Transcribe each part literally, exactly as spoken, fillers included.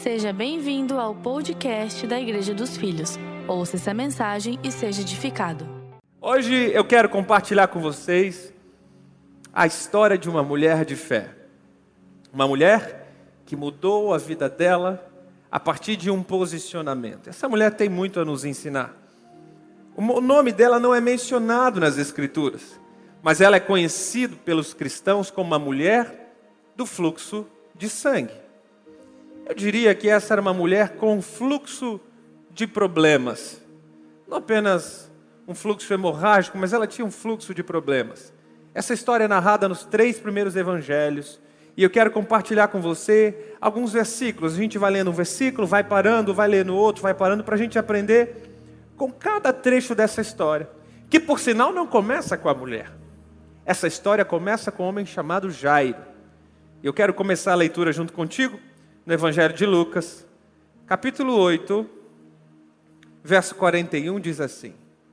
Seja bem-vindo ao podcast da Igreja dos Filhos. Ouça essa mensagem e seja edificado. Hoje eu quero compartilhar com vocês a história de uma mulher de fé. Uma mulher que mudou a vida dela a partir de um posicionamento. Essa mulher tem muito a nos ensinar. O nome dela não é mencionado nas Escrituras, mas ela é conhecida pelos cristãos como uma mulher do fluxo de sangue. Eu diria que essa era uma mulher com fluxo de problemas. Não apenas um fluxo hemorrágico, mas ela tinha um fluxo de problemas. Essa história é narrada nos três primeiros evangelhos. E eu quero compartilhar com você alguns versículos. A gente vai lendo um versículo, vai parando, vai lendo outro, vai parando, para a gente aprender com cada trecho dessa história. Que, por sinal, não começa com a mulher. Essa história começa com um homem chamado Jairo. Eu quero começar a leitura junto contigo no Evangelho de Lucas, capítulo oito, verso quarenta e um, diz assim: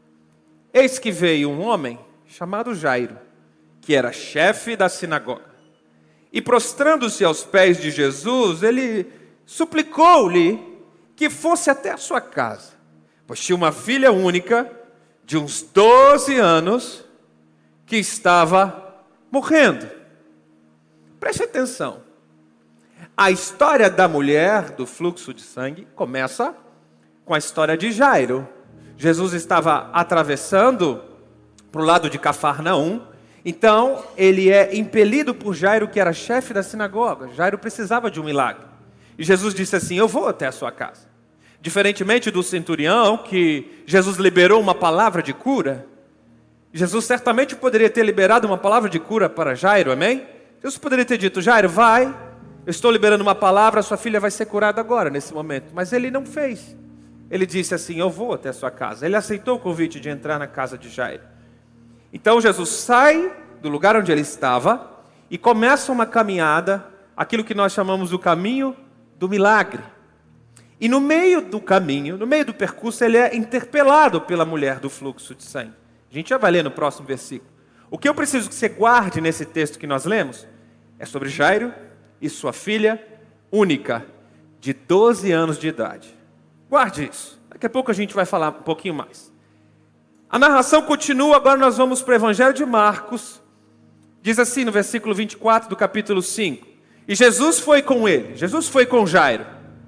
Eis que veio um homem chamado Jairo, que era chefe da sinagoga, e prostrando-se aos pés de Jesus, ele suplicou-lhe que fosse até a sua casa, pois tinha uma filha única, de uns doze anos, que estava morrendo. Preste atenção. A história da mulher do fluxo de sangue começa com a história de Jairo. Jesus estava atravessando para o lado de Cafarnaum. Então, ele é impelido por Jairo, que era chefe da sinagoga. Jairo precisava de um milagre. E Jesus disse assim: eu vou até a sua casa. Diferentemente do centurião, que Jesus liberou uma palavra de cura, Jesus certamente poderia ter liberado uma palavra de cura para Jairo, amém? Jesus poderia ter dito: Jairo, vai, eu estou liberando uma palavra, sua filha vai ser curada agora, nesse momento. Mas ele não fez. Ele disse assim: eu vou até a sua casa. Ele aceitou o convite de entrar na casa de Jairo. Então Jesus sai do lugar onde ele estava e começa uma caminhada, aquilo que nós chamamos do caminho do milagre. E no meio do caminho, no meio do percurso, ele é interpelado pela mulher do fluxo de sangue. A gente já vai ler no próximo versículo. O que eu preciso que você guarde nesse texto que nós lemos é sobre Jairo e sua filha única, de doze anos de idade. Guarde isso. Daqui a pouco a gente vai falar um pouquinho mais. A narração continua, agora nós vamos para o Evangelho de Marcos. Diz assim no versículo vinte e quatro do capítulo cinco. E Jesus foi com ele, Jesus foi com Jairo.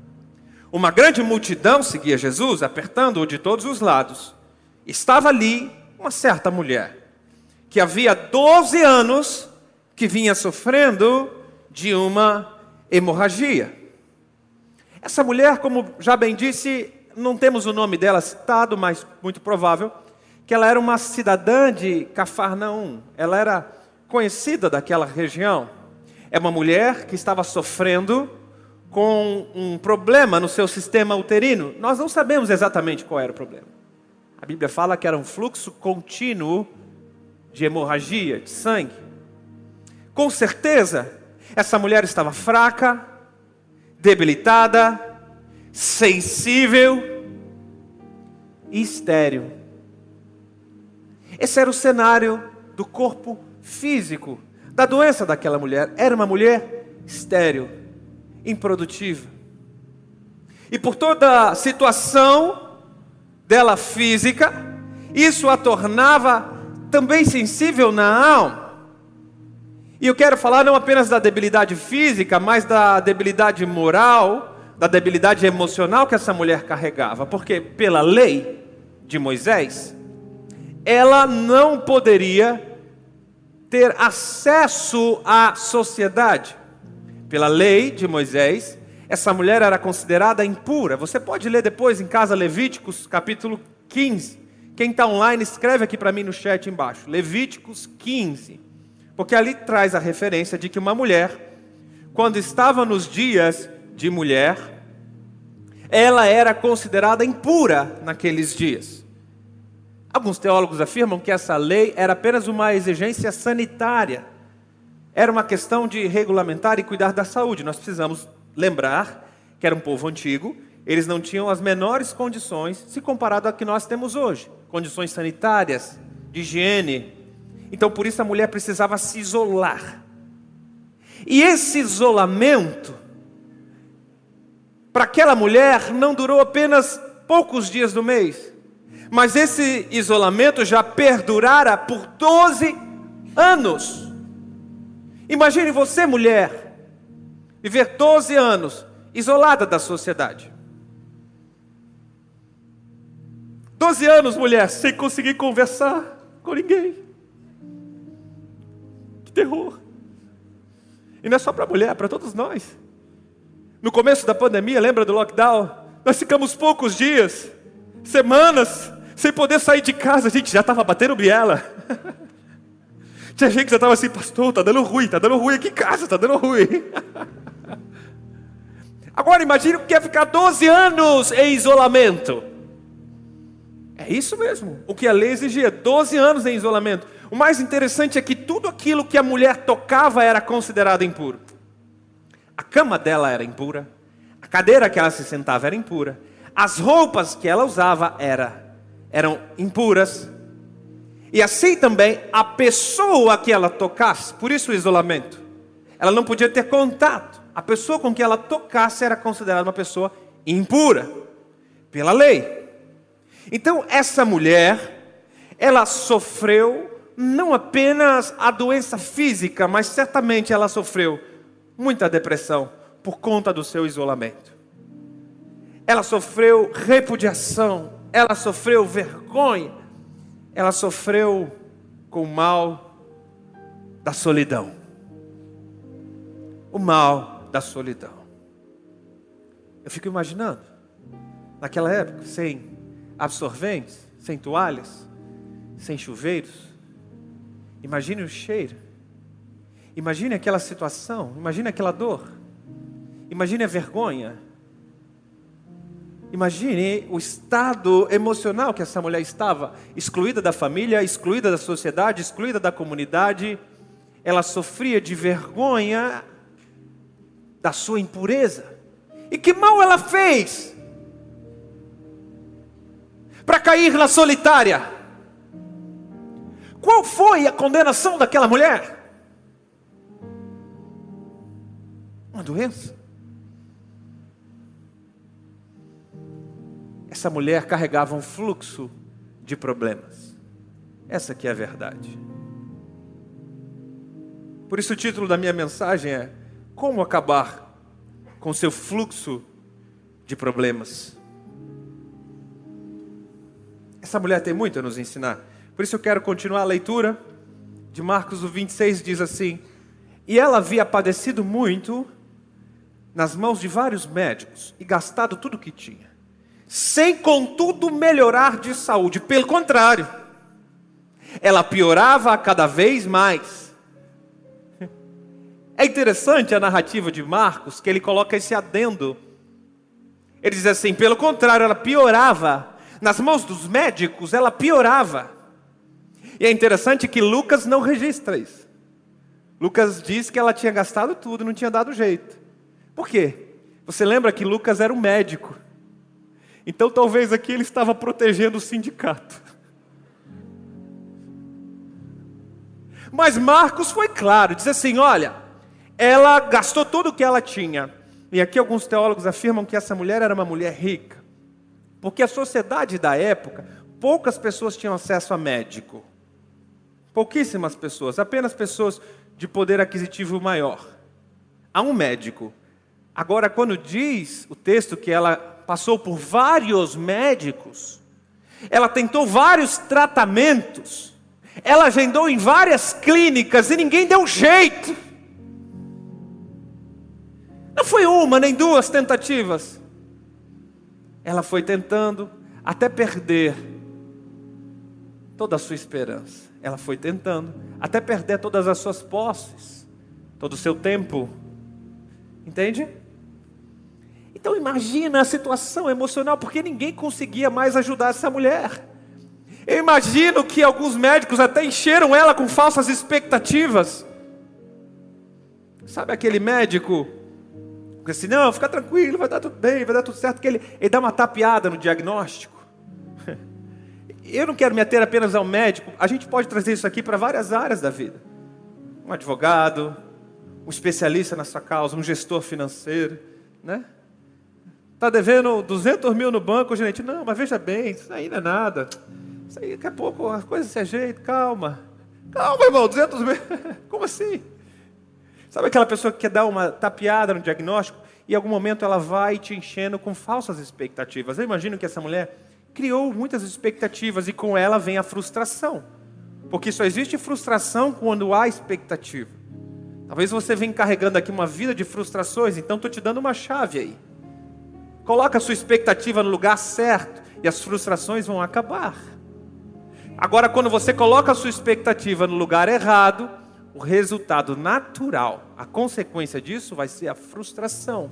Uma grande multidão seguia Jesus, apertando-o de todos os lados. Estava ali uma certa mulher, que havia doze anos que vinha sofrendo de uma hemorragia. Essa mulher, como já bem disse, não temos o nome dela citado, mas muito provável que ela era uma cidadã de Cafarnaum. Ela era conhecida daquela região. É uma mulher que estava sofrendo com um problema no seu sistema uterino. Nós não sabemos exatamente qual era o problema. A Bíblia fala que era um fluxo contínuo de hemorragia, de sangue. Com certeza, essa mulher estava fraca, debilitada, sensível e estéril. Esse era o cenário do corpo físico da doença daquela mulher. Era uma mulher estéril, improdutiva. E por toda a situação dela física, isso a tornava também sensível na alma. E eu quero falar não apenas da debilidade física, mas da debilidade moral, da debilidade emocional que essa mulher carregava. Porque pela lei de Moisés, ela não poderia ter acesso à sociedade. Pela lei de Moisés, essa mulher era considerada impura. Você pode ler depois em casa Levíticos capítulo quinze. Quem está online, escreve aqui para mim no chat embaixo. Levíticos quinze. Porque ali traz a referência de que uma mulher, quando estava nos dias de mulher, ela era considerada impura naqueles dias. Alguns teólogos afirmam que essa lei era apenas uma exigência sanitária. Era uma questão de regulamentar e cuidar da saúde. Nós precisamos lembrar que era um povo antigo. Eles não tinham as menores condições se comparado a que nós temos hoje. Condições sanitárias, de higiene. Então, por isso a mulher precisava se isolar. E esse isolamento para aquela mulher não durou apenas poucos dias do mês, mas esse isolamento já perdurara por doze anos. Imagine você, mulher, viver doze anos isolada da sociedade. doze anos, mulher, sem conseguir conversar com ninguém. Que terror. E não é só para a mulher, é para todos nós. No começo da pandemia, lembra do lockdown? Nós ficamos poucos dias, semanas, sem poder sair de casa. A gente já estava batendo biela. Tinha gente que já estava assim, pastor, está dando ruim, está dando ruim aqui em casa, está dando ruim. Agora imagine o que é ficar doze anos em isolamento. É isso mesmo, o que a lei exigia, doze anos em isolamento. O mais interessante é que tudo aquilo que a mulher tocava era considerado impuro. A cama dela era impura, a cadeira que ela se sentava era impura, as roupas que ela usava era, eram impuras, e assim também a pessoa que ela tocasse, por isso o isolamento. Ela não podia ter contato, a pessoa com que ela tocasse era considerada uma pessoa impura, pela lei. Então essa mulher, ela sofreu não apenas a doença física, mas certamente ela sofreu muita depressão por conta do seu isolamento. Ela sofreu repudiação, ela sofreu vergonha, ela sofreu com o mal da solidão. O mal da solidão. Eu fico imaginando, naquela época, sem absorventes, sem toalhas, sem chuveiros. Imagine o cheiro. Imagine aquela situação, imagine aquela dor. Imagine a vergonha. Imagine o estado emocional que essa mulher estava, excluída da família, excluída da sociedade, excluída da comunidade. Ela sofria de vergonha da sua impureza. E que mal ela fez para cair na solitária? Qual foi a condenação daquela mulher? Uma doença. Essa mulher carregava um fluxo de problemas. Essa que é a verdade. Por isso o título da minha mensagem é: como acabar com seu fluxo de problemas? Essa mulher tem muito a nos ensinar. Por isso eu quero continuar a leitura de Marcos vinte e seis, diz assim: e ela havia padecido muito nas mãos de vários médicos e gastado tudo o que tinha, sem contudo melhorar de saúde. Pelo contrário, ela piorava a cada vez mais. É interessante a narrativa de Marcos, que ele coloca esse adendo. Ele diz assim: pelo contrário, ela piorava. Nas mãos dos médicos, ela piorava. E é interessante que Lucas não registra isso. Lucas diz que ela tinha gastado tudo, não tinha dado jeito. Por quê? Você lembra que Lucas era um médico. Então talvez aqui ele estava protegendo o sindicato. Mas Marcos foi claro, diz assim: olha, ela gastou tudo o que ela tinha. E aqui alguns teólogos afirmam que essa mulher era uma mulher rica. Porque a sociedade da época, poucas pessoas tinham acesso a médico. Pouquíssimas pessoas, apenas pessoas de poder aquisitivo maior. A um médico. Agora, quando diz o texto que ela passou por vários médicos, ela tentou vários tratamentos, ela agendou em várias clínicas e ninguém deu jeito. Não foi uma nem duas tentativas. Ela foi tentando até perder toda a sua esperança. Ela foi tentando até perder todas as suas posses, todo o seu tempo. Entende? Então imagina a situação emocional, porque ninguém conseguia mais ajudar essa mulher. Eu imagino que alguns médicos até encheram ela com falsas expectativas. Sabe aquele médico que assim, não, fica tranquilo, vai dar tudo bem, vai dar tudo certo, que ele, ele dá uma tapeada no diagnóstico. Eu não quero me ater apenas ao médico, a gente pode trazer isso aqui para várias áreas da vida. Um advogado, um especialista na sua causa, um gestor financeiro, né? está devendo duzentos mil no banco, gente. Não, mas veja bem, isso aí não é nada. Isso aí daqui a pouco as coisas se ajeitam, calma. Calma, irmão, duzentos mil. Como assim? Sabe aquela pessoa que quer dar uma tapeada no diagnóstico e em algum momento ela vai te enchendo com falsas expectativas? Eu imagino que essa mulher criou muitas expectativas e com ela vem a frustração. Porque só existe frustração quando há expectativa. Talvez você venha carregando aqui uma vida de frustrações, então estou te dando uma chave aí. Coloca a sua expectativa no lugar certo e as frustrações vão acabar. Agora, quando você coloca a sua expectativa no lugar errado, o resultado natural, a consequência disso vai ser a frustração.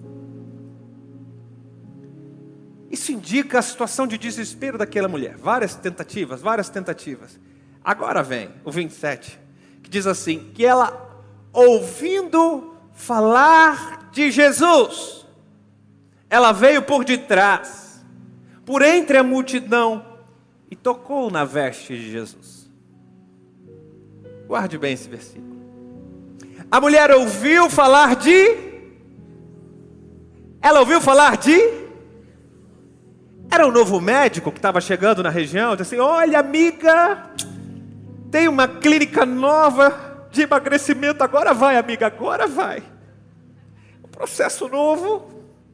Isso indica a situação de desespero daquela mulher. Várias tentativas, várias tentativas. Agora vem o vinte e sete, que diz assim, que ela, ouvindo falar de Jesus, ela veio por detrás, por entre a multidão, e tocou na veste de Jesus. Guarde bem esse versículo. A mulher ouviu falar de... Ela ouviu falar de... Era um novo médico que estava chegando na região, disse assim, olha amiga, tem uma clínica nova de emagrecimento, agora vai amiga, agora vai. Um processo novo.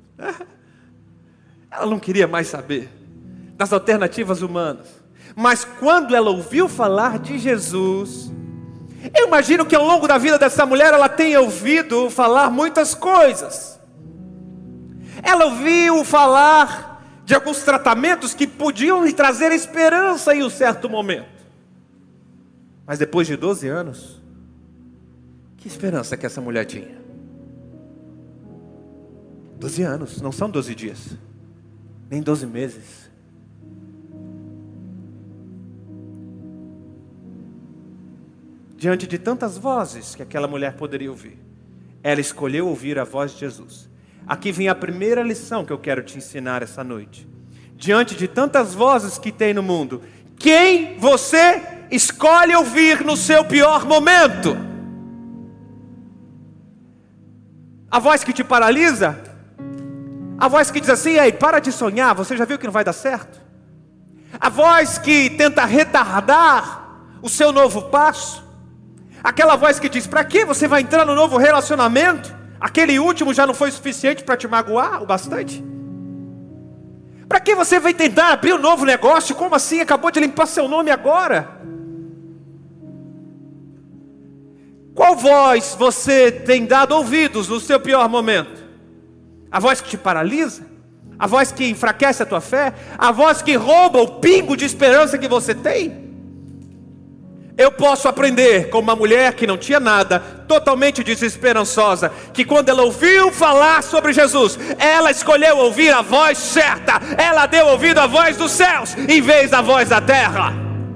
Ela não queria mais saber das alternativas humanas. Mas quando ela ouviu falar de Jesus, eu imagino que ao longo da vida dessa mulher ela tenha ouvido falar muitas coisas. Ela ouviu falar de alguns tratamentos que podiam lhe trazer esperança em um certo momento. Mas depois de doze anos, que esperança que essa mulher tinha? doze anos, não são doze dias, nem doze meses. Diante de tantas vozes que aquela mulher poderia ouvir, ela escolheu ouvir a voz de Jesus. Aqui vem a primeira lição que eu quero te ensinar essa noite. Diante de tantas vozes que tem no mundo, quem você escolhe ouvir no seu pior momento? A voz que te paralisa? A voz que diz assim, ei, para de sonhar, você já viu que não vai dar certo? A voz que tenta retardar o seu novo passo? Aquela voz que diz, para que você vai entrar no novo relacionamento? Aquele último já não foi suficiente para te magoar o bastante? Para que você vai tentar abrir um novo negócio? Como assim? Acabou de limpar seu nome agora? Qual voz você tem dado ouvidos no seu pior momento? A voz que te paralisa? A voz que enfraquece a tua fé? A voz que rouba o pingo de esperança que você tem? Eu posso aprender com uma mulher que não tinha nada, totalmente desesperançosa, que quando ela ouviu falar sobre Jesus, ela escolheu ouvir a voz certa. Ela deu ouvido à voz dos céus, em vez da voz da terra.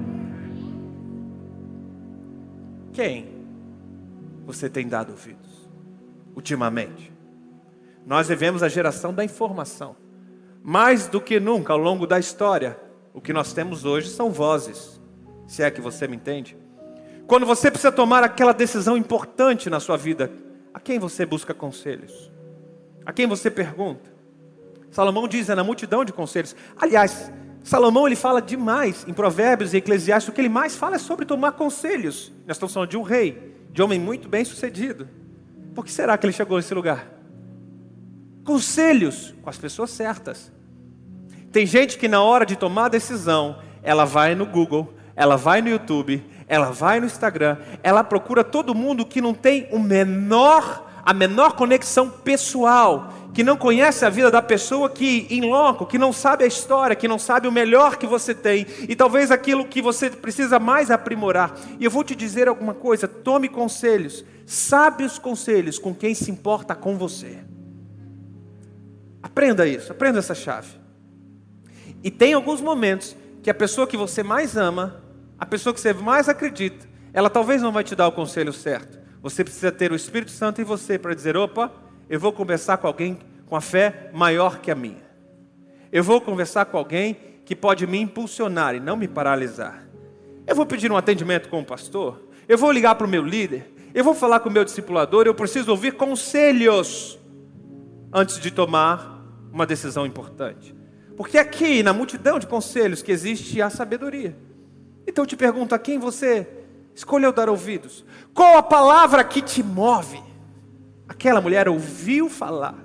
Quem você tem dado ouvidos ultimamente? Nós vivemos a geração da informação. Mais do que nunca ao longo da história, o que nós temos hoje são vozes. Se é que você me entende. Quando você precisa tomar aquela decisão importante na sua vida, a quem você busca conselhos? A quem você pergunta? Salomão diz, é na multidão de conselhos. Aliás, Salomão ele fala demais em Provérbios e Eclesiastes. O que ele mais fala é sobre tomar conselhos. Nós estamos falando de um rei, de homem muito bem sucedido. Por que será que ele chegou nesse lugar? Conselhos com as pessoas certas. Tem gente que na hora de tomar a decisão, ela vai no Google, ela vai no YouTube, ela vai no Instagram, ela procura todo mundo que não tem o menor, a menor conexão pessoal, que não conhece a vida da pessoa que em loco, que não sabe a história, que não sabe o melhor que você tem, e talvez aquilo que você precisa mais aprimorar. E eu vou te dizer alguma coisa, tome conselhos, sábios conselhos com quem se importa com você. Aprenda isso, aprenda essa chave. E tem alguns momentos que a pessoa que você mais ama, a pessoa que você mais acredita, ela talvez não vai te dar o conselho certo. Você precisa ter o Espírito Santo em você para dizer, opa, eu vou conversar com alguém com a fé maior que a minha. Eu vou conversar com alguém que pode me impulsionar e não me paralisar. Eu vou pedir um atendimento com o pastor, eu vou ligar para o meu líder, eu vou falar com o meu discipulador, eu preciso ouvir conselhos antes de tomar uma decisão importante. Porque aqui, na multidão de conselhos que existe, há sabedoria. Então eu te pergunto, a quem você escolheu dar ouvidos? Qual a palavra que te move? Aquela mulher ouviu falar.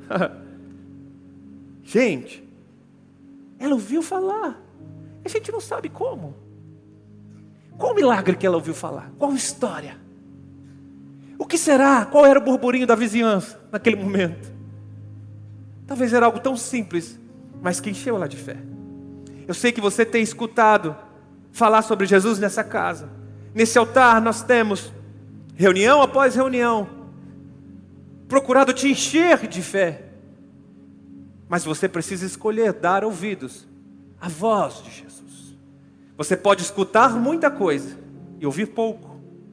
Gente, ela ouviu falar. A gente não sabe como. Qual o milagre que ela ouviu falar? Qual história? O que será? Qual era o burburinho da vizinhança naquele momento? Talvez era algo tão simples, mas que encheu ela de fé. Eu sei que você tem escutado falar sobre Jesus nessa casa. Nesse altar nós temos, reunião após reunião, procurado te encher de fé. Mas você precisa escolher dar ouvidos à voz de Jesus. Você pode escutar muita coisa e ouvir pouco.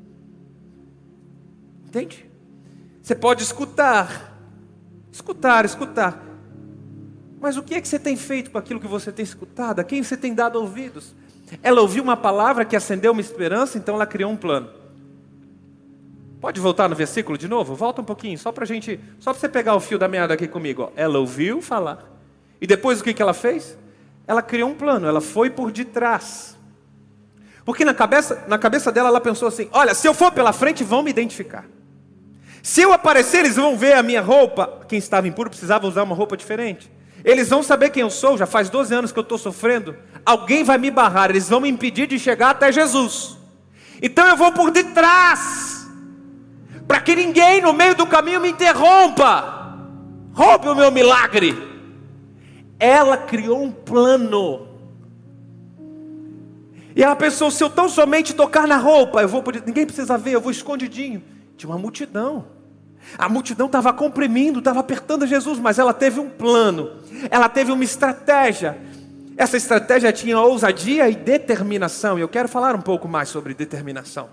Entende? Você pode escutar, escutar, escutar. Mas o que é que você tem feito com aquilo que você tem escutado? A quem você tem dado ouvidos? Ela ouviu uma palavra que acendeu uma esperança, então ela criou um plano. Pode voltar no versículo de novo? Volta um pouquinho, só para gente, só para você pegar o fio da meada aqui comigo. Ó. Ela ouviu falar. E depois o que, que ela fez? Ela criou um plano, ela foi por detrás. Porque na cabeça, na cabeça dela ela pensou assim, olha, se eu for pela frente vão me identificar. Se eu aparecer eles vão ver a minha roupa. Quem estava impuro precisava usar uma roupa diferente. Eles vão saber quem eu sou, já faz doze anos que eu estou sofrendo. Alguém vai me barrar, eles vão me impedir de chegar até Jesus. Então eu vou por detrás, para que ninguém no meio do caminho me interrompa, roube o meu milagre. Ela criou um plano. E ela pensou, se eu tão somente tocar na roupa, eu vou por... ninguém precisa ver, eu vou escondidinho. Tinha uma multidão. A multidão estava comprimindo, estava apertando Jesus, mas ela teve um plano, ela teve uma estratégia. Essa estratégia tinha ousadia e determinação, e eu quero falar um pouco mais sobre determinação.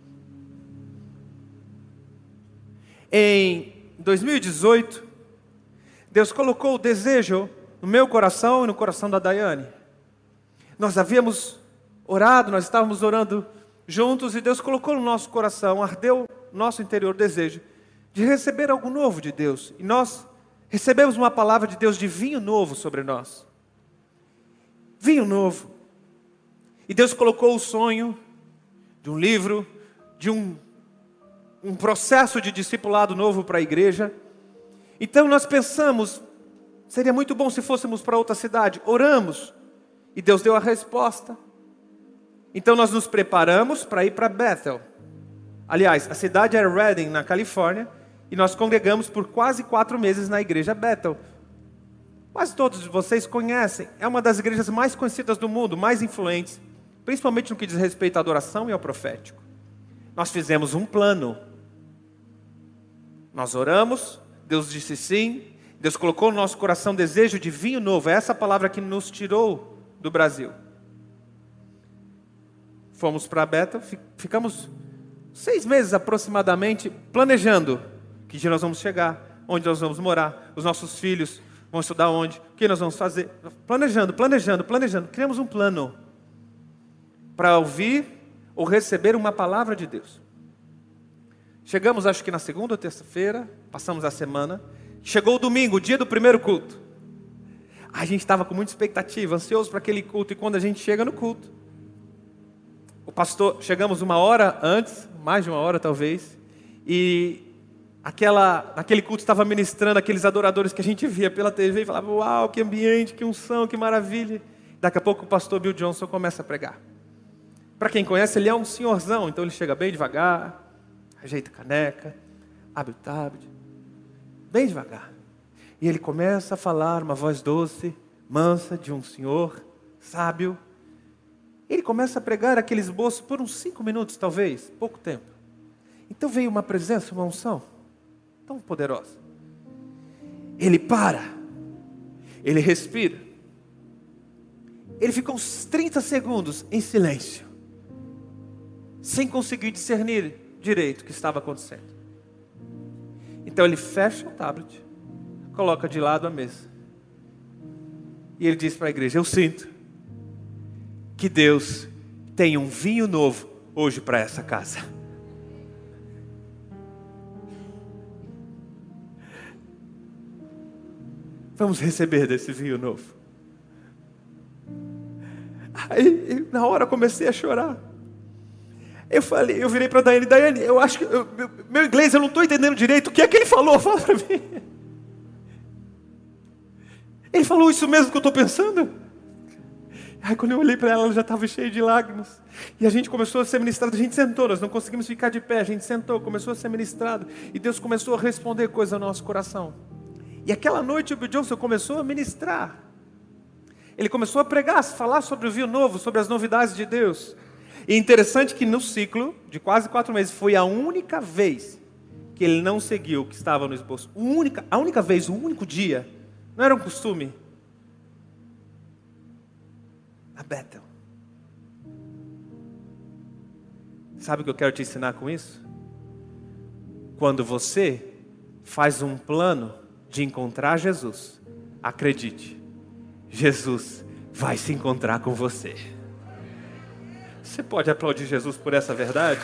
Em dois mil e dezoito, Deus colocou o desejo no meu coração e no coração da Daiane. Nós havíamos orado, nós estávamos orando juntos, e Deus colocou no nosso coração, ardeu no nosso interior o desejo de receber algo novo de Deus. E nós recebemos uma palavra de Deus de vinho novo sobre nós. Vinho novo. E Deus colocou o sonho de um livro, de um, um processo de discipulado novo para a igreja. Então nós pensamos, seria muito bom se fôssemos para outra cidade. Oramos, e Deus deu a resposta. Então nós nos preparamos para ir para Bethel. Aliás, a cidade é Redding, na Califórnia, e nós congregamos por quase quatro meses na igreja Bethel. Quase todos de vocês conhecem, é uma das igrejas mais conhecidas do mundo, mais influentes, principalmente no que diz respeito à adoração e ao profético. Nós fizemos um plano. Nós oramos, Deus disse sim, Deus colocou no nosso coração desejo de vinho novo, é essa palavra que nos tirou do Brasil. Fomos para Bethel, ficamos seis meses aproximadamente planejando que dia nós vamos chegar, onde nós vamos morar, os nossos filhos vão estudar onde, o que nós vamos fazer. Planejando, planejando, planejando. Criamos um plano para ouvir ou receber uma palavra de Deus. Chegamos, acho que na segunda ou terça-feira, passamos a semana. Chegou o domingo, o dia do primeiro culto. A gente estava com muita expectativa, ansioso para aquele culto. E quando a gente chega no culto, o pastor, chegamos uma hora antes, mais de uma hora talvez, e aquela, aquele culto estava ministrando aqueles adoradores que a gente via pela T V e falava, uau, que ambiente, que unção, que maravilha. Daqui a pouco o pastor Bill Johnson começa a pregar. Para quem conhece, ele é um senhorzão, então ele chega bem devagar, ajeita a caneca, abre o tablet, bem devagar. E ele começa a falar, uma voz doce, mansa, de um senhor sábio. Ele começa a pregar aquele esboço por uns cinco minutos, talvez, pouco tempo. Então veio uma presença, uma unção tão poderosa. Ele para, ele respira, ele fica uns trinta segundos em silêncio, sem conseguir discernir direito o que estava acontecendo. Então ele fecha o tablet, coloca de lado a mesa, e ele diz para a igreja, eu sinto que Deus tem um vinho novo hoje para essa casa. Vamos receber desse vinho novo. Aí, na hora, eu comecei a chorar. Eu falei, eu virei para a Daiane, Daiane, eu acho que, eu, meu, meu inglês, eu não estou entendendo direito, o que é que ele falou? Fala para mim. Ele falou isso mesmo que eu estou pensando? Aí quando eu olhei para ela, ela já estava cheia de lágrimas. E a gente começou a ser ministrado, a gente sentou, nós não conseguimos ficar de pé, a gente sentou, começou a ser ministrado. E Deus começou a responder coisas ao nosso coração. E aquela noite o Bill Johnson começou a ministrar. Ele começou a pregar, a falar sobre o vinho novo, sobre as novidades de Deus. E é interessante que no ciclo de quase quatro meses, foi a única vez que ele não seguiu o que estava no esboço. A única, a única vez, o único dia, não era um costume. A Bethel. Sabe o que eu quero te ensinar com isso? Quando você faz um plano de encontrar Jesus, acredite, Jesus vai se encontrar com você. Você pode aplaudir Jesus por essa verdade?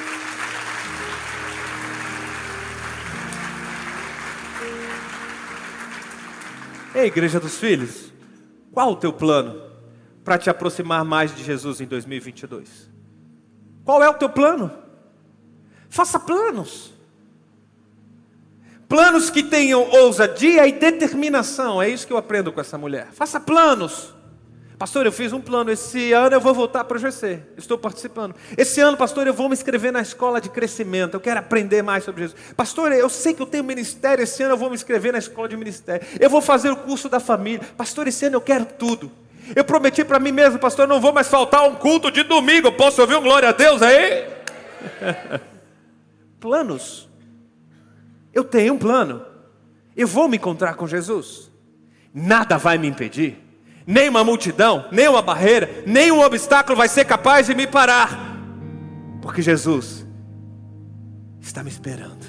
Ei, Igreja dos Filhos, qual o teu plano para te aproximar mais de Jesus em dois mil e vinte e dois? Qual é o teu plano? Faça planos. Planos que tenham ousadia e determinação. É isso que eu aprendo com essa mulher. Faça planos. Pastor, eu fiz um plano. Esse ano eu vou voltar para o G C. Estou participando. Esse ano, pastor, eu vou me inscrever na escola de crescimento. Eu quero aprender mais sobre Jesus. Pastor, eu sei que eu tenho ministério. Esse ano eu vou me inscrever na escola de ministério. Eu vou fazer o curso da família. Pastor, esse ano eu quero tudo. Eu prometi para mim mesmo, pastor, eu não vou mais faltar um culto de domingo. Posso ouvir um glória a Deus aí? Planos. Eu tenho um plano. Eu vou me encontrar com Jesus. Nada vai me impedir. Nem uma multidão, nem uma barreira, nem um obstáculo vai ser capaz de me parar. Porque Jesus está me esperando.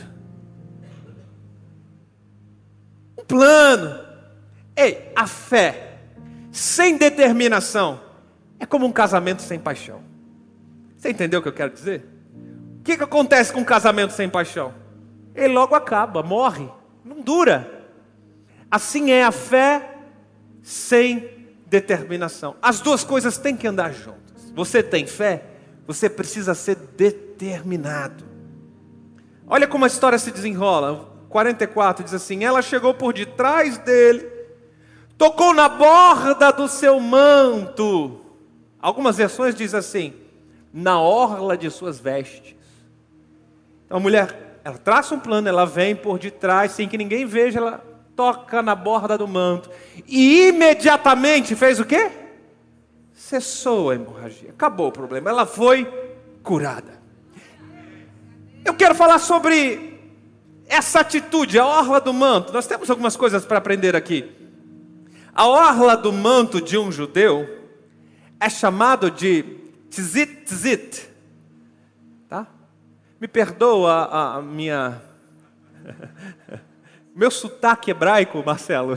Um plano. Ei, a fé sem determinação é como um casamento sem paixão. Você entendeu o que eu quero dizer? O que, que acontece com um casamento sem paixão? Ele logo acaba, morre, não dura. Assim é a fé sem determinação. As duas coisas têm que andar juntas. Você tem fé, você precisa ser determinado. Olha como a história se desenrola. quarenta e quatro diz assim: ela chegou por detrás dele, tocou na borda do seu manto. Algumas versões dizem assim: na orla de suas vestes. Então a mulher, ela traça um plano, ela vem por detrás, sem que ninguém veja, ela toca na borda do manto. E imediatamente fez o quê? Cessou a hemorragia. Acabou o problema. Ela foi curada. Eu quero falar sobre essa atitude, a orla do manto. Nós temos algumas coisas para aprender aqui. A orla do manto de um judeu é chamado de tzit tzit. Tá? Me perdoa a, a minha... Meu sotaque hebraico, Marcelo.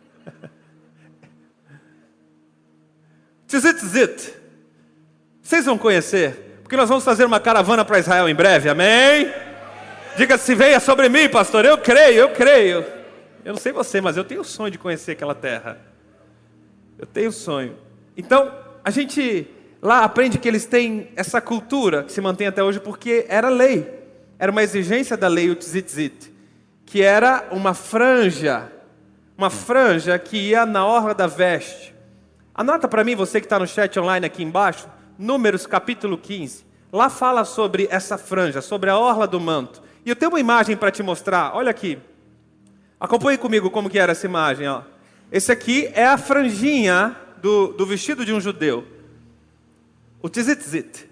Tzit tzit. Vocês vão conhecer, porque nós vamos fazer uma caravana para Israel em breve, amém? Diga se venha sobre mim, pastor. Eu creio, eu creio. Eu não sei você, mas eu tenho o sonho de conhecer aquela terra. Eu tenho o sonho. Então, a gente lá aprende que eles têm essa cultura que se mantém até hoje porque era lei. Era uma exigência da lei, o tzit tzit. Que era uma franja, uma franja que ia na orla da veste. Anota para mim, você que está no chat online aqui embaixo, Números capítulo quinze. Lá fala sobre essa franja, sobre a orla do manto. E eu tenho uma imagem para te mostrar, olha aqui. Acompanhe comigo como que era essa imagem. Ó. Esse aqui é a franjinha do, do vestido de um judeu. O tzit tzit.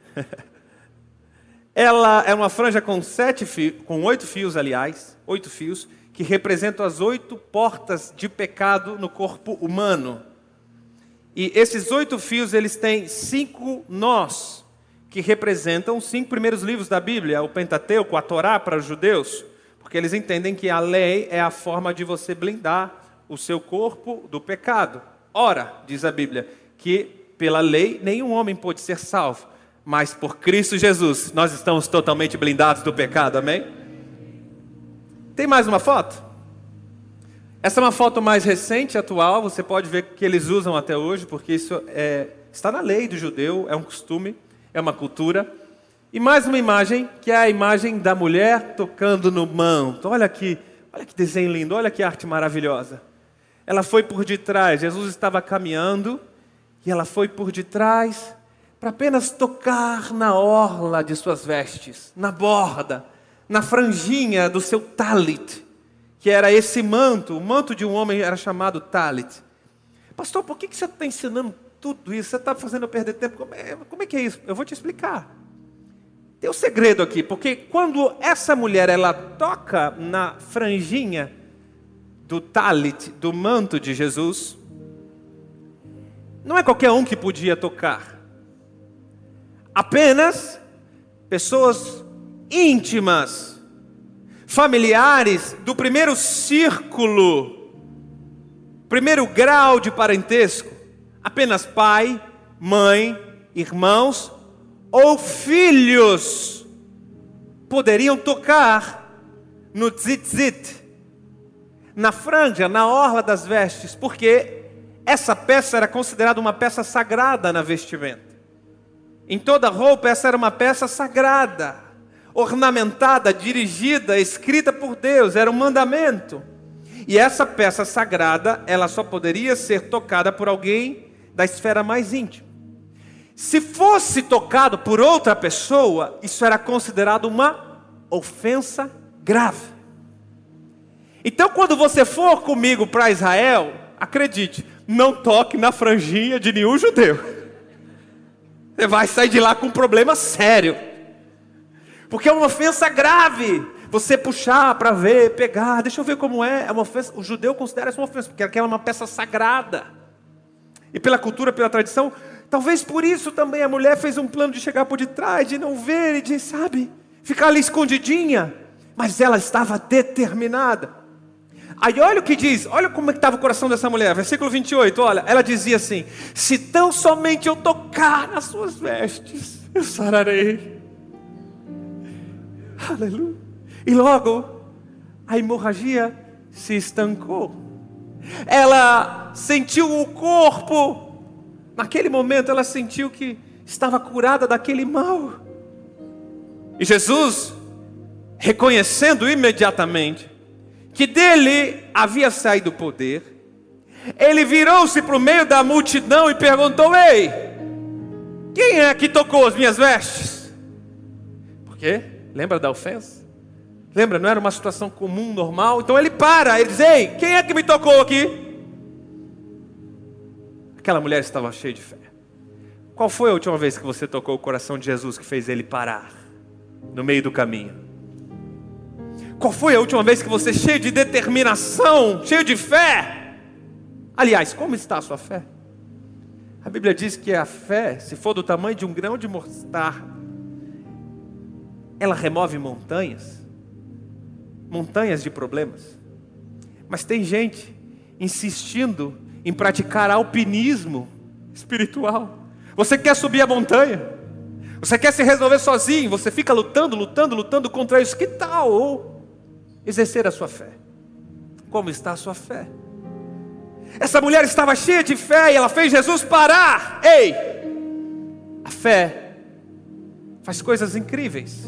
Ela é uma franja com sete fios, com oito fios, aliás, oito fios, que representam as oito portas de pecado no corpo humano. E esses oito fios, eles têm cinco nós, que representam os cinco primeiros livros da Bíblia, o Pentateuco, a Torá para os judeus, porque eles entendem que a lei é a forma de você blindar o seu corpo do pecado. Ora, diz a Bíblia, que pela lei nenhum homem pode ser salvo. Mas por Cristo Jesus, nós estamos totalmente blindados do pecado, amém? Tem mais uma foto? Essa é uma foto mais recente, atual, você pode ver que eles usam até hoje, porque isso é, está na lei do judeu, é um costume, é uma cultura. E mais uma imagem, que é a imagem da mulher tocando no manto. Olha aqui, olha que desenho lindo, olha que arte maravilhosa. Ela foi por detrás, Jesus estava caminhando, e ela foi por detrás para apenas tocar na orla de suas vestes, na borda, na franjinha do seu talit, que era esse manto. O manto de um homem era chamado talit. Pastor, por que você está ensinando tudo isso? Você está fazendo eu perder tempo? Como é, como é que é isso? Eu vou te explicar. Tem um segredo aqui, porque quando essa mulher ela toca na franjinha do talit, do manto de Jesus, não é qualquer um que podia tocar. Apenas pessoas íntimas, familiares do primeiro círculo, primeiro grau de parentesco, apenas pai, mãe, irmãos ou filhos poderiam tocar no tzitzit, na franja, na orla das vestes, porque essa peça era considerada uma peça sagrada na vestimenta. Em toda roupa, essa era uma peça sagrada, ornamentada, dirigida, escrita por Deus, era um mandamento. E essa peça sagrada, ela só poderia ser tocada por alguém da esfera mais íntima. Se fosse tocado por outra pessoa, isso era considerado uma ofensa grave. Então, quando você for comigo para Israel, acredite, não toque na franjinha de nenhum judeu. Você vai sair de lá com um problema sério. Porque é uma ofensa grave. Você puxar para ver, pegar, deixa eu ver como é. É uma ofensa. O judeu considera isso uma ofensa, porque aquela é uma peça sagrada. E pela cultura, pela tradição, talvez por isso também a mulher fez um plano de chegar por detrás, de não ver e de, sabe, ficar ali escondidinha. Mas ela estava determinada. Aí olha o que diz, olha como é que estava o coração dessa mulher. Versículo vinte e oito, olha, ela dizia assim: se tão somente eu tocar nas suas vestes, eu sararei. Aleluia. E logo a hemorragia se estancou. Ela sentiu o corpo, naquele momento ela sentiu que estava curada daquele mal. E Jesus, reconhecendo imediatamente que dele havia saído o poder, ele virou-se para o meio da multidão e perguntou: ei, quem é que tocou as minhas vestes? Porque, lembra da ofensa? Lembra, não era uma situação comum, normal? Então ele para, ele diz: ei, quem é que me tocou aqui? Aquela mulher estava cheia de fé. Qual foi a última vez que você tocou o coração de Jesus que fez ele parar no meio do caminho? Qual foi a última vez que você, cheio de determinação, cheio de fé? Aliás, como está a sua fé? A Bíblia diz que a fé, se for do tamanho de um grão de mostarda, ela remove montanhas, montanhas de problemas. Mas tem gente insistindo em praticar alpinismo espiritual. Você quer subir a montanha, você quer se resolver sozinho, você fica lutando, lutando, lutando contra isso. Que tal ou exercer a sua fé? Como está a sua fé? Essa mulher estava cheia de fé e ela fez Jesus parar. Ei, a fé faz coisas incríveis.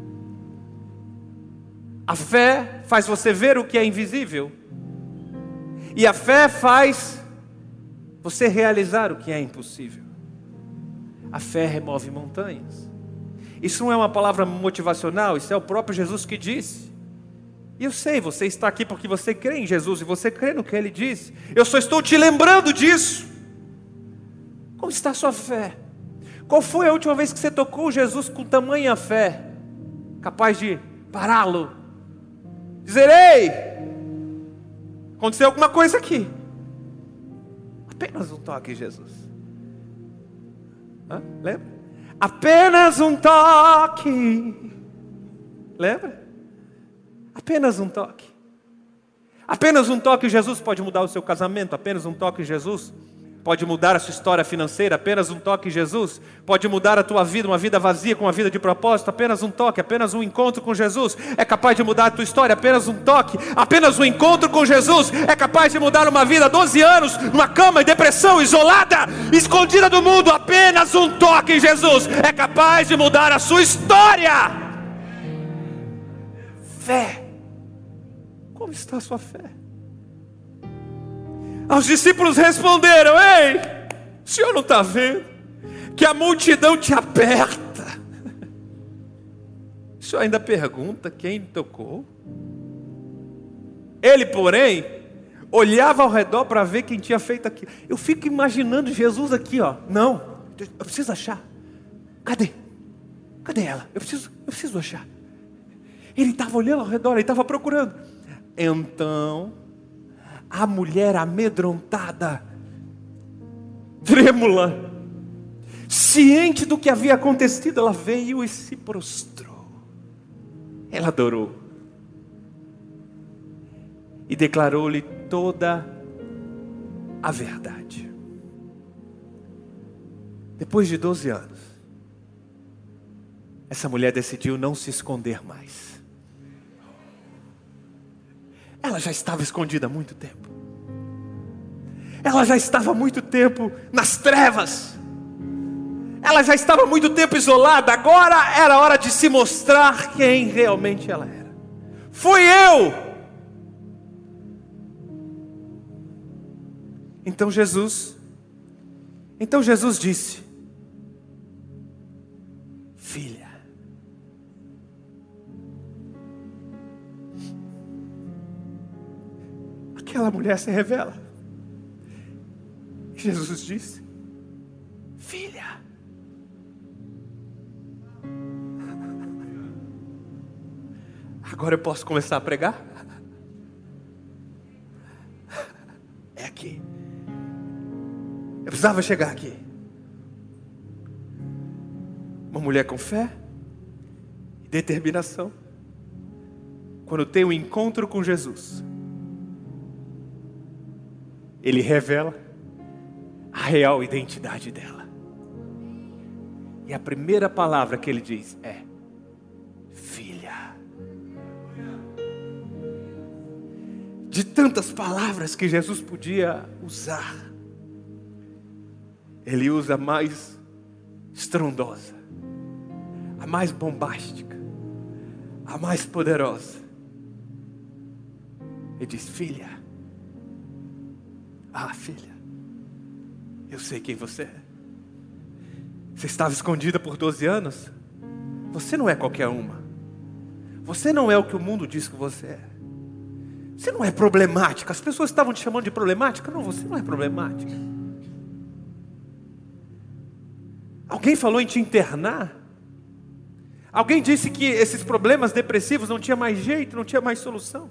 A fé faz você ver o que é invisível. E a fé faz você realizar o que é impossível. A fé remove montanhas. Isso não é uma palavra motivacional, isso é o próprio Jesus que disse. E eu sei, você está aqui porque você crê em Jesus e você crê no que Ele disse. Eu só estou te lembrando disso. Como está a sua fé? Qual foi a última vez que você tocou Jesus com tamanha fé, capaz de pará-lo, dizer: ei, aconteceu alguma coisa aqui? Apenas um toque, Jesus. Hã? Lembra? Apenas um toque. Lembra? Apenas um toque. Apenas um toque, Jesus pode mudar o seu casamento. Apenas um toque, Jesus Pode mudar a sua história financeira, apenas um toque em Jesus. Pode mudar a tua vida, uma vida vazia com uma vida de propósito, apenas um toque, apenas um encontro com Jesus. É capaz de mudar a tua história, apenas um toque, apenas um encontro com Jesus. É capaz de mudar uma vida, doze anos, numa cama, em depressão, isolada, escondida do mundo. Apenas um toque em Jesus é capaz de mudar a sua história. Fé. Como está a sua fé? Os discípulos responderam: ei, o senhor não está vendo que a multidão te aperta? O senhor ainda pergunta quem tocou? Ele, porém, olhava ao redor para ver quem tinha feito aquilo. Eu fico imaginando Jesus aqui, ó. Não, eu preciso achar. Cadê? Cadê ela? Eu preciso, eu preciso achar. Ele estava olhando ao redor, ele estava procurando. Então, a mulher amedrontada, trêmula, ciente do que havia acontecido, ela veio e se prostrou. Ela adorou e declarou-lhe toda a verdade. Depois de doze anos, essa mulher decidiu não se esconder mais. Ela já estava escondida há muito tempo. Ela já estava há muito tempo nas trevas. Ela já estava há muito tempo isolada. Agora era hora de se mostrar quem realmente ela era. Fui eu. Então Jesus, então Jesus disse: filha, aquela mulher se revela. Jesus disse: filha, agora eu posso começar a pregar? É aqui. Eu precisava chegar aqui. Uma mulher com fé e determinação, quando tem um encontro com Jesus, Ele revela a real identidade dela. E a primeira palavra que Ele diz é: filha. De tantas palavras que Jesus podia usar, Ele usa a mais estrondosa, a mais bombástica, a mais poderosa. Ele diz: filha. Ah, filha, eu sei quem você é. Você estava escondida por doze anos. Você não é qualquer uma. Você não é o que o mundo diz que você é. Você não é problemática. As pessoas estavam te chamando de problemática. Não, você não é problemática. Alguém falou em te internar. Alguém disse que esses problemas depressivos não tinha mais jeito, não tinha mais solução.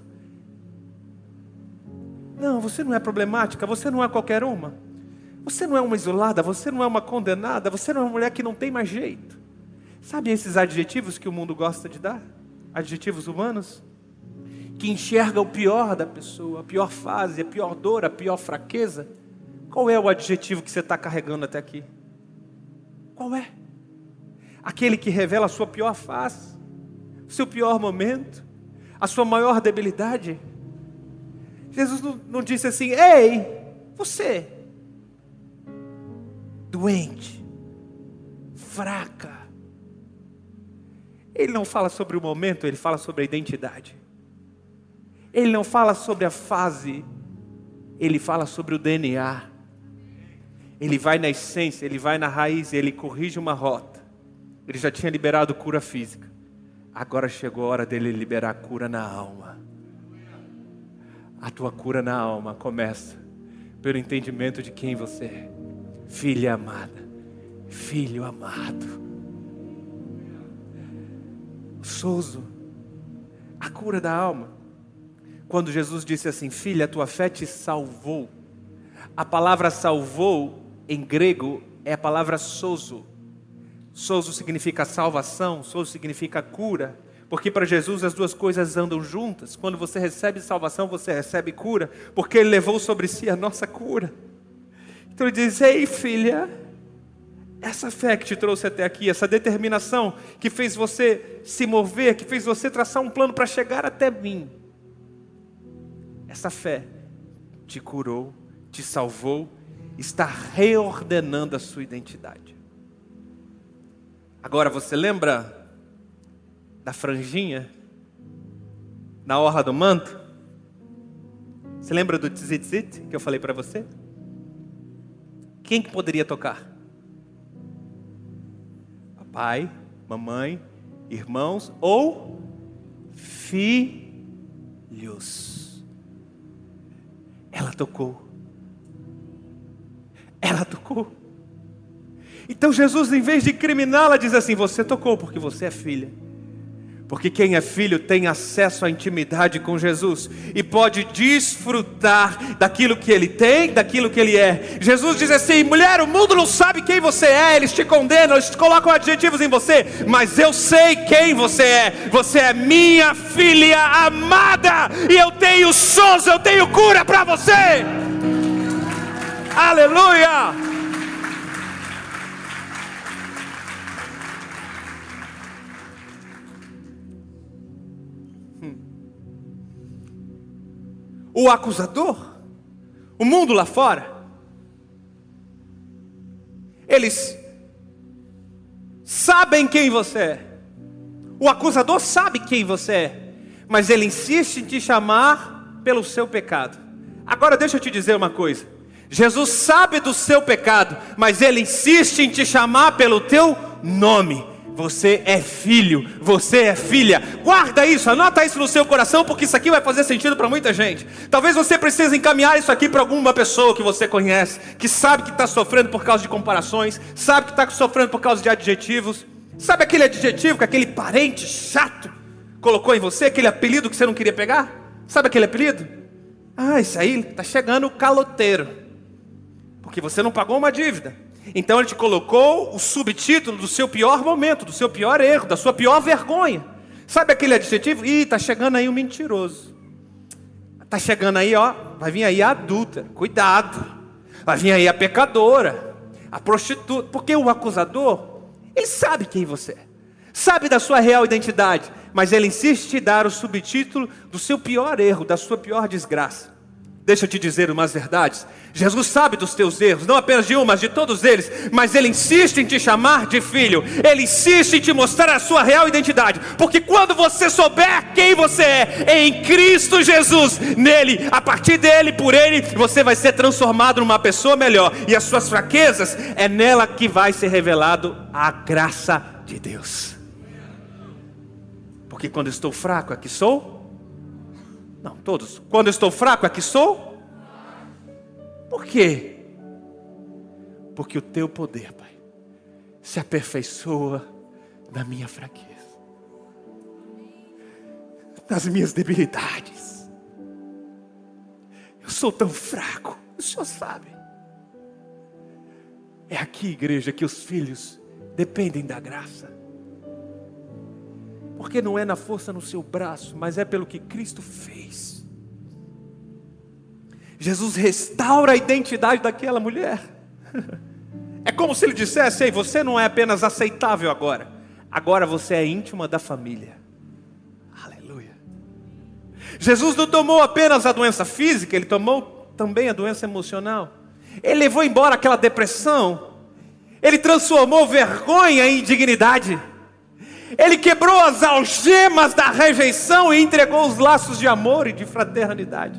Não, você não é problemática, você não é qualquer uma. Você não é uma isolada, você não é uma condenada, você não é uma mulher que não tem mais jeito. Sabe esses adjetivos que o mundo gosta de dar? Adjetivos humanos? Que enxerga o pior da pessoa, a pior fase, a pior dor, a pior fraqueza. Qual é o adjetivo que você está carregando até aqui? Qual é? Aquele que revela a sua pior face, o seu pior momento, a sua maior debilidade. Jesus não, não disse assim: ei, você, doente, fraca. Ele não fala sobre o momento, ele fala sobre a identidade. Ele não fala sobre a fase, ele fala sobre o D N A. Ele vai na essência, ele vai na raiz, ele corrige uma rota. Ele já tinha liberado cura física. Agora chegou a hora dele liberar cura na alma. A tua cura na alma começa pelo entendimento de quem você é. Filha amada, filho amado. Sozo, a cura da alma. Quando Jesus disse assim: filha, a tua fé te salvou. A palavra salvou em grego é a palavra sozo. Sozo significa salvação, sozo significa cura. Porque para Jesus as duas coisas andam juntas. Quando você recebe salvação, você recebe cura. Porque Ele levou sobre si a nossa cura. Então ele diz: ei, filha, essa fé que te trouxe até aqui, essa determinação que fez você se mover, que fez você traçar um plano para chegar até mim, essa fé te curou, te salvou, está reordenando a sua identidade. Agora você lembra da franjinha na orla do manto? Você lembra do tzitzit que eu falei para você? Quem que poderia tocar? Papai, mamãe, irmãos ou filhos. Ela tocou. Ela tocou. Então Jesus, em vez de incriminá-la, diz assim: você tocou porque você é filha. Porque quem é filho tem acesso à intimidade com Jesus e pode desfrutar daquilo que ele tem, daquilo que ele é. Jesus diz assim: mulher, o mundo não sabe quem você é, eles te condenam, eles te colocam adjetivos em você, mas eu sei quem você é. Você é minha filha amada e eu tenho sons, eu tenho cura para você. Aleluia! O acusador, o mundo lá fora, eles sabem quem você é. O acusador sabe quem você é, mas ele insiste em te chamar pelo seu pecado. Agora deixa eu te dizer uma coisa: Jesus sabe do seu pecado, mas ele insiste em te chamar pelo teu nome. Você é filho, você é filha. Guarda isso, anota isso no seu coração, porque isso aqui vai fazer sentido para muita gente. Talvez você precise encaminhar isso aqui para alguma pessoa que você conhece, que sabe que está sofrendo por causa de comparações, sabe que está sofrendo por causa de adjetivos. Sabe aquele adjetivo que aquele parente chato colocou em você, aquele apelido que você não queria pegar? Sabe aquele apelido? Ah, isso aí está chegando o caloteiro, porque você não pagou uma dívida. Então ele te colocou o subtítulo do seu pior momento, do seu pior erro, da sua pior vergonha. Sabe aquele adjetivo? Ih, está chegando aí o mentiroso. Está chegando aí, ó, vai vir aí a adúltera. Cuidado. Vai vir aí a pecadora, a prostituta. Porque o acusador, ele sabe quem você é, sabe da sua real identidade, mas ele insiste em te dar o subtítulo do seu pior erro, da sua pior desgraça. Deixa eu te dizer umas verdades. Jesus sabe dos teus erros, não apenas de um, mas de todos eles. Mas ele insiste em te chamar de filho. Ele insiste em te mostrar a sua real identidade. Porque quando você souber quem você é em Cristo Jesus, nele, a partir dele, por ele, você vai ser transformado numa pessoa melhor. E as suas fraquezas, é nela que vai ser revelado a graça de Deus. Porque quando estou fraco, aqui sou... Não, todos. Quando estou fraco, aqui sou? Por quê? Porque o teu poder, Pai, se aperfeiçoa na minha fraqueza, nas minhas debilidades. Eu sou tão fraco, o Senhor sabe. É aqui, igreja, que os filhos dependem da graça. Porque não é na força no seu braço, mas é pelo que Cristo fez. Jesus restaura a identidade daquela mulher. É como se ele dissesse: ei, você não é apenas aceitável agora, agora você é íntima da família. Aleluia. Jesus não tomou apenas a doença física, ele tomou também a doença emocional. Ele levou embora aquela depressão. Ele transformou vergonha em dignidade. Ele quebrou as algemas da rejeição e entregou os laços de amor e de fraternidade.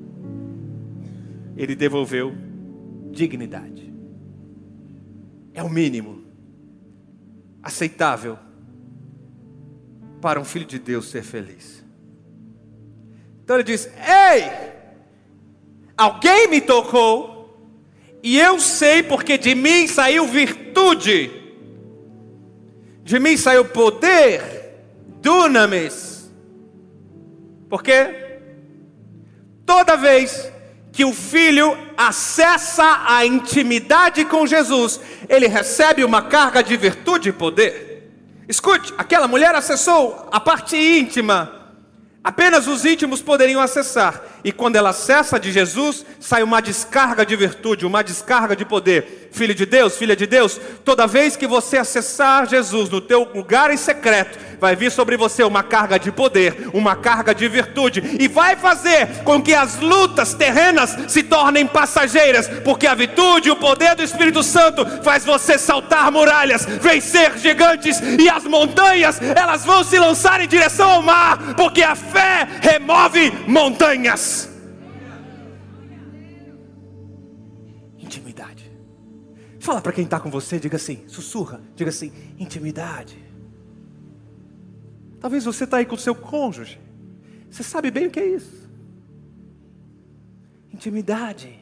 Ele devolveu dignidade. É o mínimo aceitável para um filho de Deus ser feliz. Então ele diz: ei, alguém me tocou e eu sei porque de mim saiu virtude. De mim saiu poder, dunamis. Por quê? Toda vez que o filho acessa a intimidade com Jesus, ele recebe uma carga de virtude e poder. Escute, aquela mulher acessou a parte íntima. Apenas os íntimos poderiam acessar. E quando ela acessa de Jesus, sai uma descarga de virtude, uma descarga de poder. Filho de Deus, filha de Deus, toda vez que você acessar Jesus no teu lugar em secreto, vai vir sobre você uma carga de poder, uma carga de virtude, e vai fazer com que as lutas terrenas se tornem passageiras, porque a virtude e o poder do Espírito Santo faz você saltar muralhas, vencer gigantes, e as montanhas, elas vão se lançar em direção ao mar, porque a fé remove montanhas. Intimidade. Fala para quem está com você, diga assim, sussurra, diga assim, intimidade. Talvez você está aí com o seu cônjuge, você sabe bem o que é isso. Intimidade.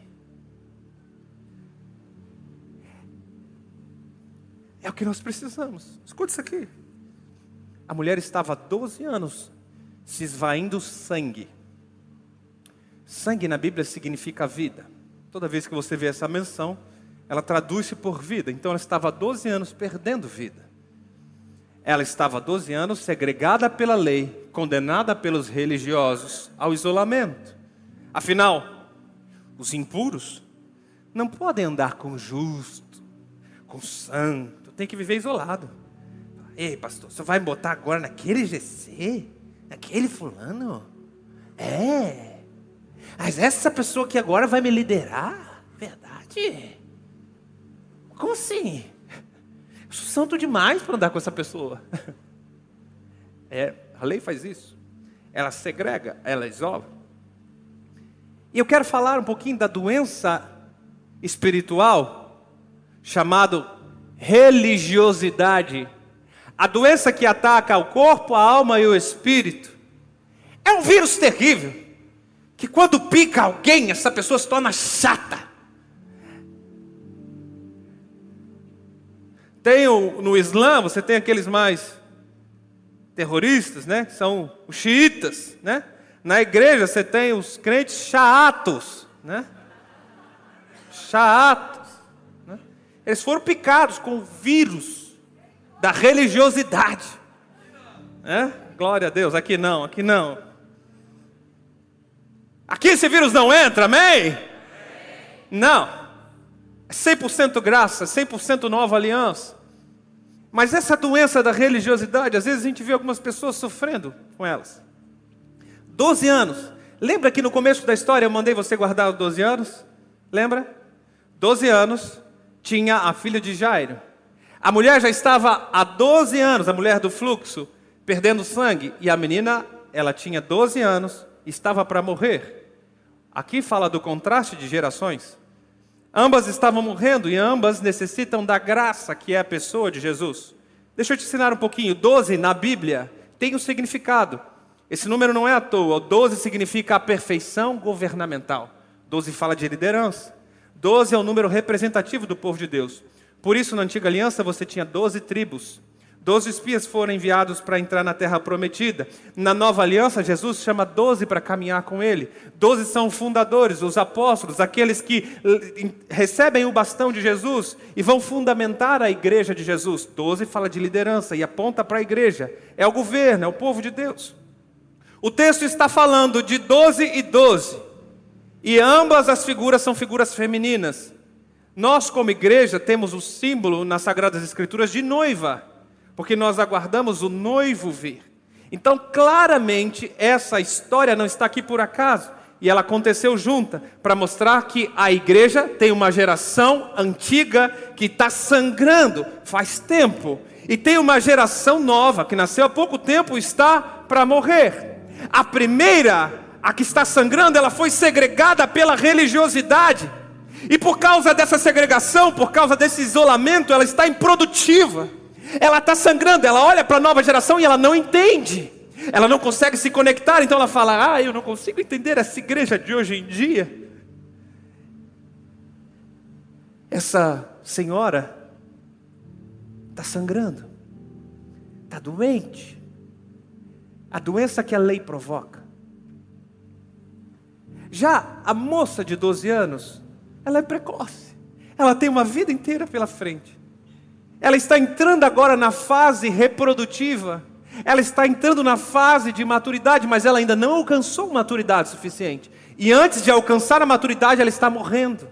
É o que nós precisamos. Escuta isso aqui. A mulher estava há doze anos se esvaindo sangue. Sangue na Bíblia significa vida. Toda vez que você vê essa menção, ela traduz-se por vida. Então ela estava há doze anos perdendo vida. Ela estava há doze anos segregada pela lei, condenada pelos religiosos ao isolamento. Afinal, os impuros não podem andar com o justo, com o santo, tem que viver isolado. Ei, pastor, você vai me botar agora naquele G C? Naquele fulano? É, mas essa pessoa que agora vai me liderar? Verdade? Como assim? Eu sou santo demais para andar com essa pessoa. É, a lei faz isso. Ela segrega, ela isola. E eu quero falar um pouquinho da doença espiritual, chamado religiosidade. A doença que ataca o corpo, a alma e o espírito. É um vírus terrível, que quando pica alguém, essa pessoa se torna chata. Tem o, no Islã, você tem aqueles mais terroristas, né? Que são os xiitas, né? Na igreja você tem os crentes chatos, né? Chatos, né? Eles foram picados com o vírus da religiosidade, né? Glória a Deus, aqui não, aqui não. Aqui esse vírus não entra, amém? Não, é cem por cento graça, cem por cento nova aliança. Mas essa doença da religiosidade, às vezes a gente vê algumas pessoas sofrendo com elas. doze anos, lembra que no começo da história eu mandei você guardar os doze anos? Lembra? doze anos, tinha a filha de Jairo. A mulher já estava há doze anos, a mulher do fluxo, perdendo sangue. E a menina, ela tinha doze anos, estava para morrer. Aqui fala do contraste de gerações. Ambas estavam morrendo e ambas necessitam da graça que é a pessoa de Jesus. Deixa eu te ensinar um pouquinho. doze na Bíblia tem um significado. Esse número não é à toa. doze significa a perfeição governamental. doze fala de liderança. doze é o número representativo do povo de Deus. Por isso, na antiga aliança, você tinha doze tribos. doze espias foram enviados para entrar na terra prometida. Na nova aliança, Jesus chama doze para caminhar com ele. doze são fundadores, os apóstolos, aqueles que recebem o bastão de Jesus e vão fundamentar a igreja de Jesus. doze fala de liderança e aponta para a igreja. É o governo, é o povo de Deus. O texto está falando de doze e doze. E ambas as figuras são figuras femininas. Nós, como igreja, temos o símbolo nas Sagradas Escrituras de noiva, porque nós aguardamos o noivo vir. Então, claramente, essa história não está aqui por acaso, e ela aconteceu junta, para mostrar que a igreja tem uma geração antiga que está sangrando faz tempo, e tem uma geração nova que nasceu há pouco tempo e está para morrer. A primeira, a que está sangrando, ela foi segregada pela religiosidade. E por causa dessa segregação, por causa desse isolamento, ela está improdutiva. Ela está sangrando, ela olha para a nova geração e ela não entende. Ela não consegue se conectar, então ela fala, ah, eu não consigo entender essa igreja de hoje em dia. Essa senhora está sangrando, está doente. A doença que a lei provoca. Já a moça de doze anos, ela é precoce. Ela tem uma vida inteira pela frente. Ela está entrando agora na fase reprodutiva. Ela está entrando na fase de maturidade, mas ela ainda não alcançou maturidade suficiente. E antes de alcançar a maturidade, ela está morrendo.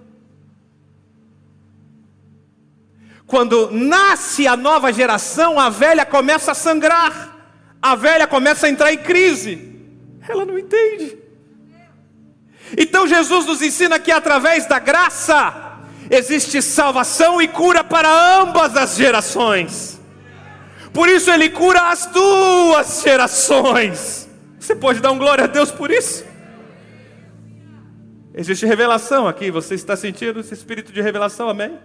Quando nasce a nova geração, a velha começa a sangrar. A velha começa a entrar em crise. Ela não entende. Então Jesus nos ensina que através da graça existe salvação e cura para ambas as gerações. Por isso Ele cura as duas gerações. Você pode dar um glória a Deus por isso? Existe revelação aqui. Você está sentindo esse espírito de revelação, amém?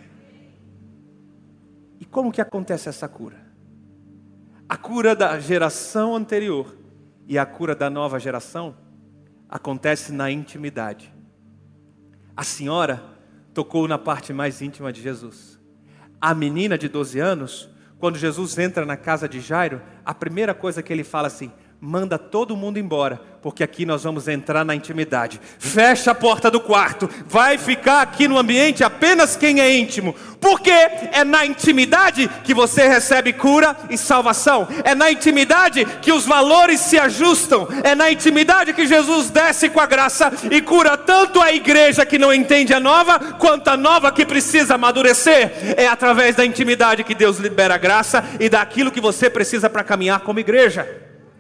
E como que acontece essa cura? A cura da geração anterior e a cura da nova geração acontece na intimidade. A senhora tocou na parte mais íntima de Jesus. A menina de doze anos, quando Jesus entra na casa de Jairo, a primeira coisa que ele fala assim: manda todo mundo embora, porque aqui nós vamos entrar na intimidade. Fecha a porta do quarto, vai ficar aqui no ambiente apenas quem é íntimo. Porque é na intimidade que você recebe cura e salvação. É na intimidade que os valores se ajustam. É na intimidade que Jesus desce com a graça e cura tanto a igreja que não entende a nova, quanto a nova que precisa amadurecer. É através da intimidade que Deus libera a graça e dá aquilo que você precisa para caminhar como igreja.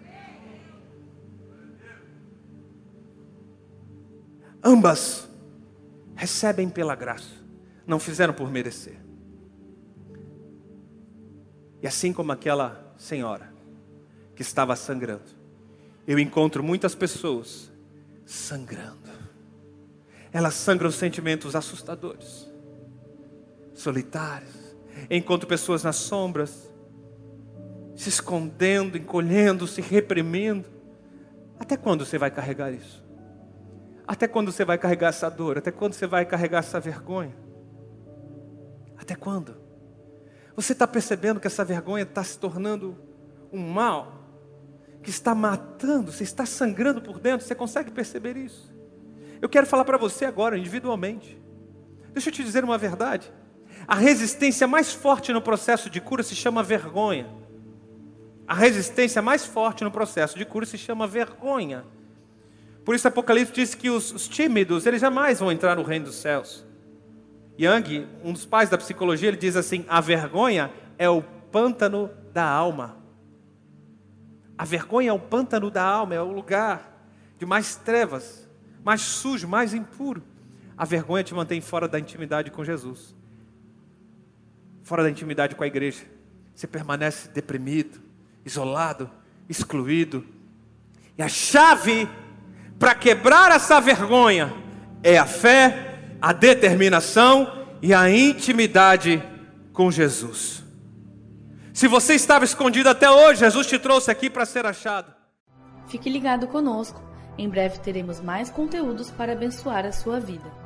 Ambas recebem pela graça, não fizeram por merecer. E assim como aquela senhora que estava sangrando, eu encontro muitas pessoas sangrando. Elas sangram sentimentos assustadores, solitários. Eu encontro pessoas nas sombras, se escondendo, encolhendo, se reprimindo. Até quando você vai carregar isso? Até quando você vai carregar essa dor? Até quando você vai carregar essa vergonha? Até quando? Você está percebendo que essa vergonha está se tornando um mal? Que está matando, você está sangrando por dentro? Você consegue perceber isso? Eu quero falar para você agora, individualmente. Deixa eu te dizer uma verdade. A resistência mais forte no processo de cura se chama vergonha. A resistência mais forte no processo de cura se chama vergonha. Por isso Apocalipse diz que os, os tímidos, eles jamais vão entrar no reino dos céus. Jung, um dos pais da psicologia, ele diz assim: a vergonha é o pântano da alma. A vergonha é o pântano da alma, é o lugar de mais trevas, mais sujo, mais impuro. A vergonha te mantém fora da intimidade com Jesus, fora da intimidade com a igreja. Você permanece deprimido, isolado, excluído. E a chave para quebrar essa vergonha é a fé, a determinação e a intimidade com Jesus. Se você estava escondido até hoje, Jesus te trouxe aqui para ser achado. Fique ligado conosco. Em breve teremos mais conteúdos para abençoar a sua vida.